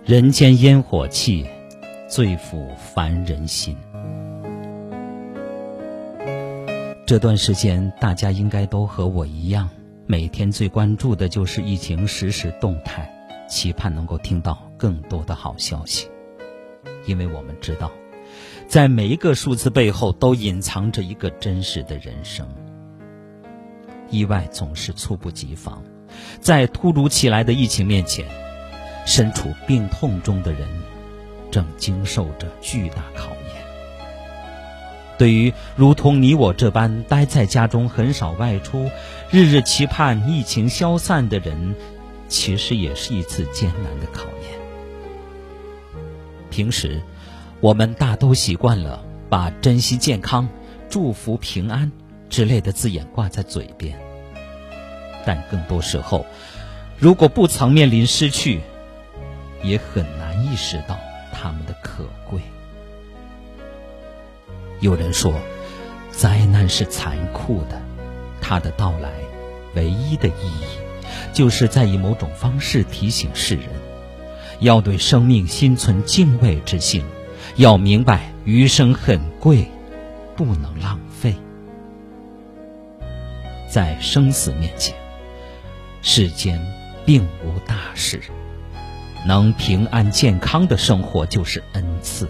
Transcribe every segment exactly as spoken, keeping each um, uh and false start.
人间烟火气，最抚凡人心。这段时间大家应该都和我一样，每天最关注的就是疫情实时动态，期盼能够听到更多的好消息。因为我们知道，在每一个数字背后都隐藏着一个真实的人生。意外总是猝不及防，在突如其来的疫情面前，身处病痛中的人正经受着巨大考验。对于如同你我这般待在家中很少外出，日日期盼疫情消散的人，其实也是一次艰难的考验。平时我们大都习惯了把珍惜健康、祝福平安之类的字眼挂在嘴边，但更多时候，如果不曾面临失去，也很难意识到他们的可贵。有人说，灾难是残酷的，它的到来唯一的意义，就是在以某种方式提醒世人，要对生命心存敬畏之心，要明白余生很贵，不能浪费。在生死面前，世间并无大事，能平安健康的生活就是恩赐。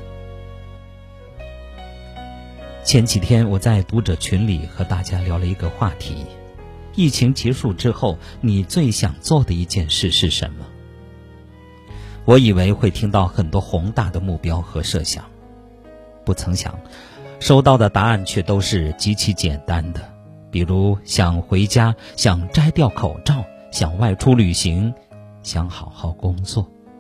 前几天我在读者群里和大家聊了一个话题，疫情结束之后，你最想做的一件事是什么？我以为会听到很多宏大的目标和设想，不曾想收到的答案却都是极其简单的，比如想回家，想摘掉口罩，想外出旅行，想好好工作。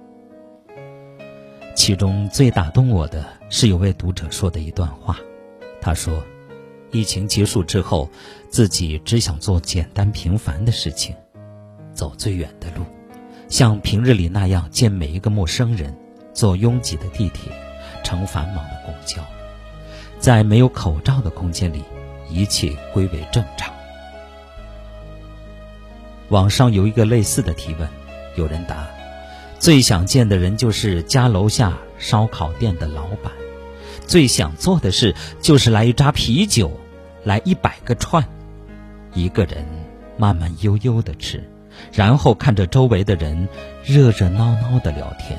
其中最打动我的是有位读者说的一段话，他说，疫情结束之后，自己只想做简单平凡的事情，走最远的路，像平日里那样见每一个陌生人，坐拥挤的地铁，乘繁忙的公交，在没有口罩的空间里，一切归为正常。网上有一个类似的提问，有人答，最想见的人就是家楼下烧烤店的老板，最想做的事就是来一扎啤酒，来一百个串，一个人慢慢悠悠地吃，然后看着周围的人热热闹闹地聊天。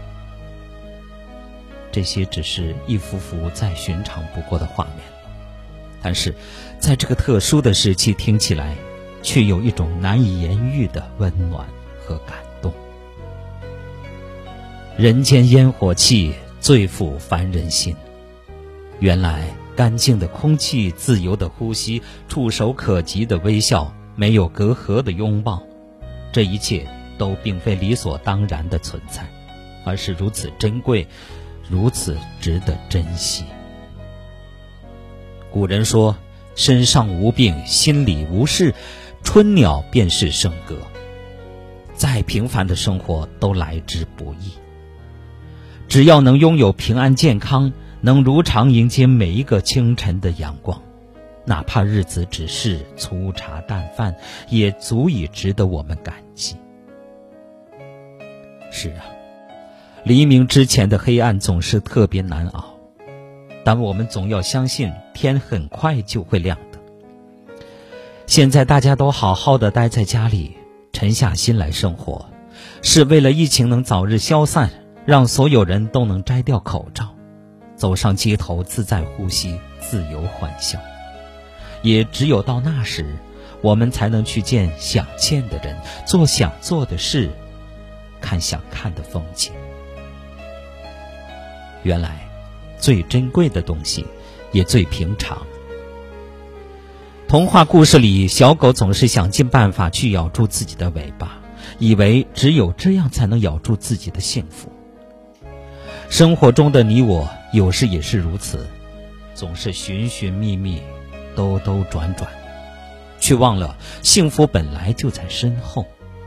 这些只是一幅幅再寻常不过的画面，但是在这个特殊的时期听起来，却有一种难以言喻的温暖和感动。人间烟火气，最抚凡人心。原来干净的空气，自由的呼吸，触手可及的微笑，没有隔阂的拥抱，这一切都并非理所当然的存在，而是如此珍贵，如此值得珍惜。古人说，身上无病，心里无事，春鸟便是笙歌。再平凡的生活都来之不易，只要能拥有平安健康，能如常迎接每一个清晨的阳光，哪怕日子只是粗茶淡饭，也足以值得我们感激。是啊，黎明之前的黑暗总是特别难熬，但我们总要相信天很快就会亮的。现在大家都好好的待在家里，沉下心来生活，是为了疫情能早日消散，让所有人都能摘掉口罩，走上街头，自在呼吸，自由欢笑。也只有到那时，我们才能去见想见的人，做想做的事，看想看的风景。原来最珍贵的东西也最平常。童话故事里，小狗总是想尽办法去咬住自己的尾巴，以为只有这样才能咬住自己的幸福。生活中的你我有时也是如此，总是寻寻觅觅，兜兜转转，却忘了幸福本来就在身后。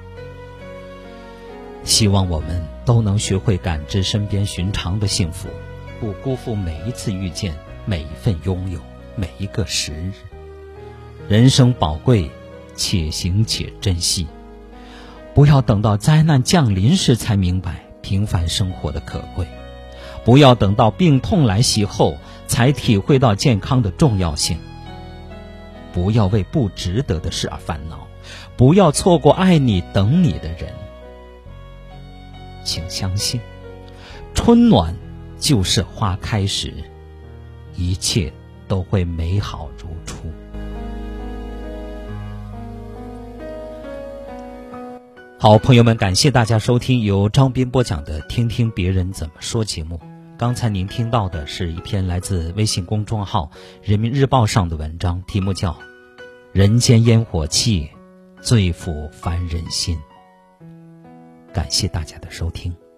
希望我们都能学会感知身边寻常的幸福，不辜负每一次遇见，每一份拥有，每一个时日。人生宝贵，且行且珍惜，不要等到灾难降临时才明白平凡生活的可贵，不要等到病痛来袭后才体会到健康的重要性。不要为不值得的事而烦恼，不要错过爱你等你的人。请相信，春暖就是花开时，一切都会美好如初。好，朋友们，感谢大家收听由张斌播讲的《听听别人怎么说》节目。刚才您听到的是一篇来自微信公众号人民日报上的文章，题目叫《人间烟火气，最抚凡人心》。感谢大家的收听。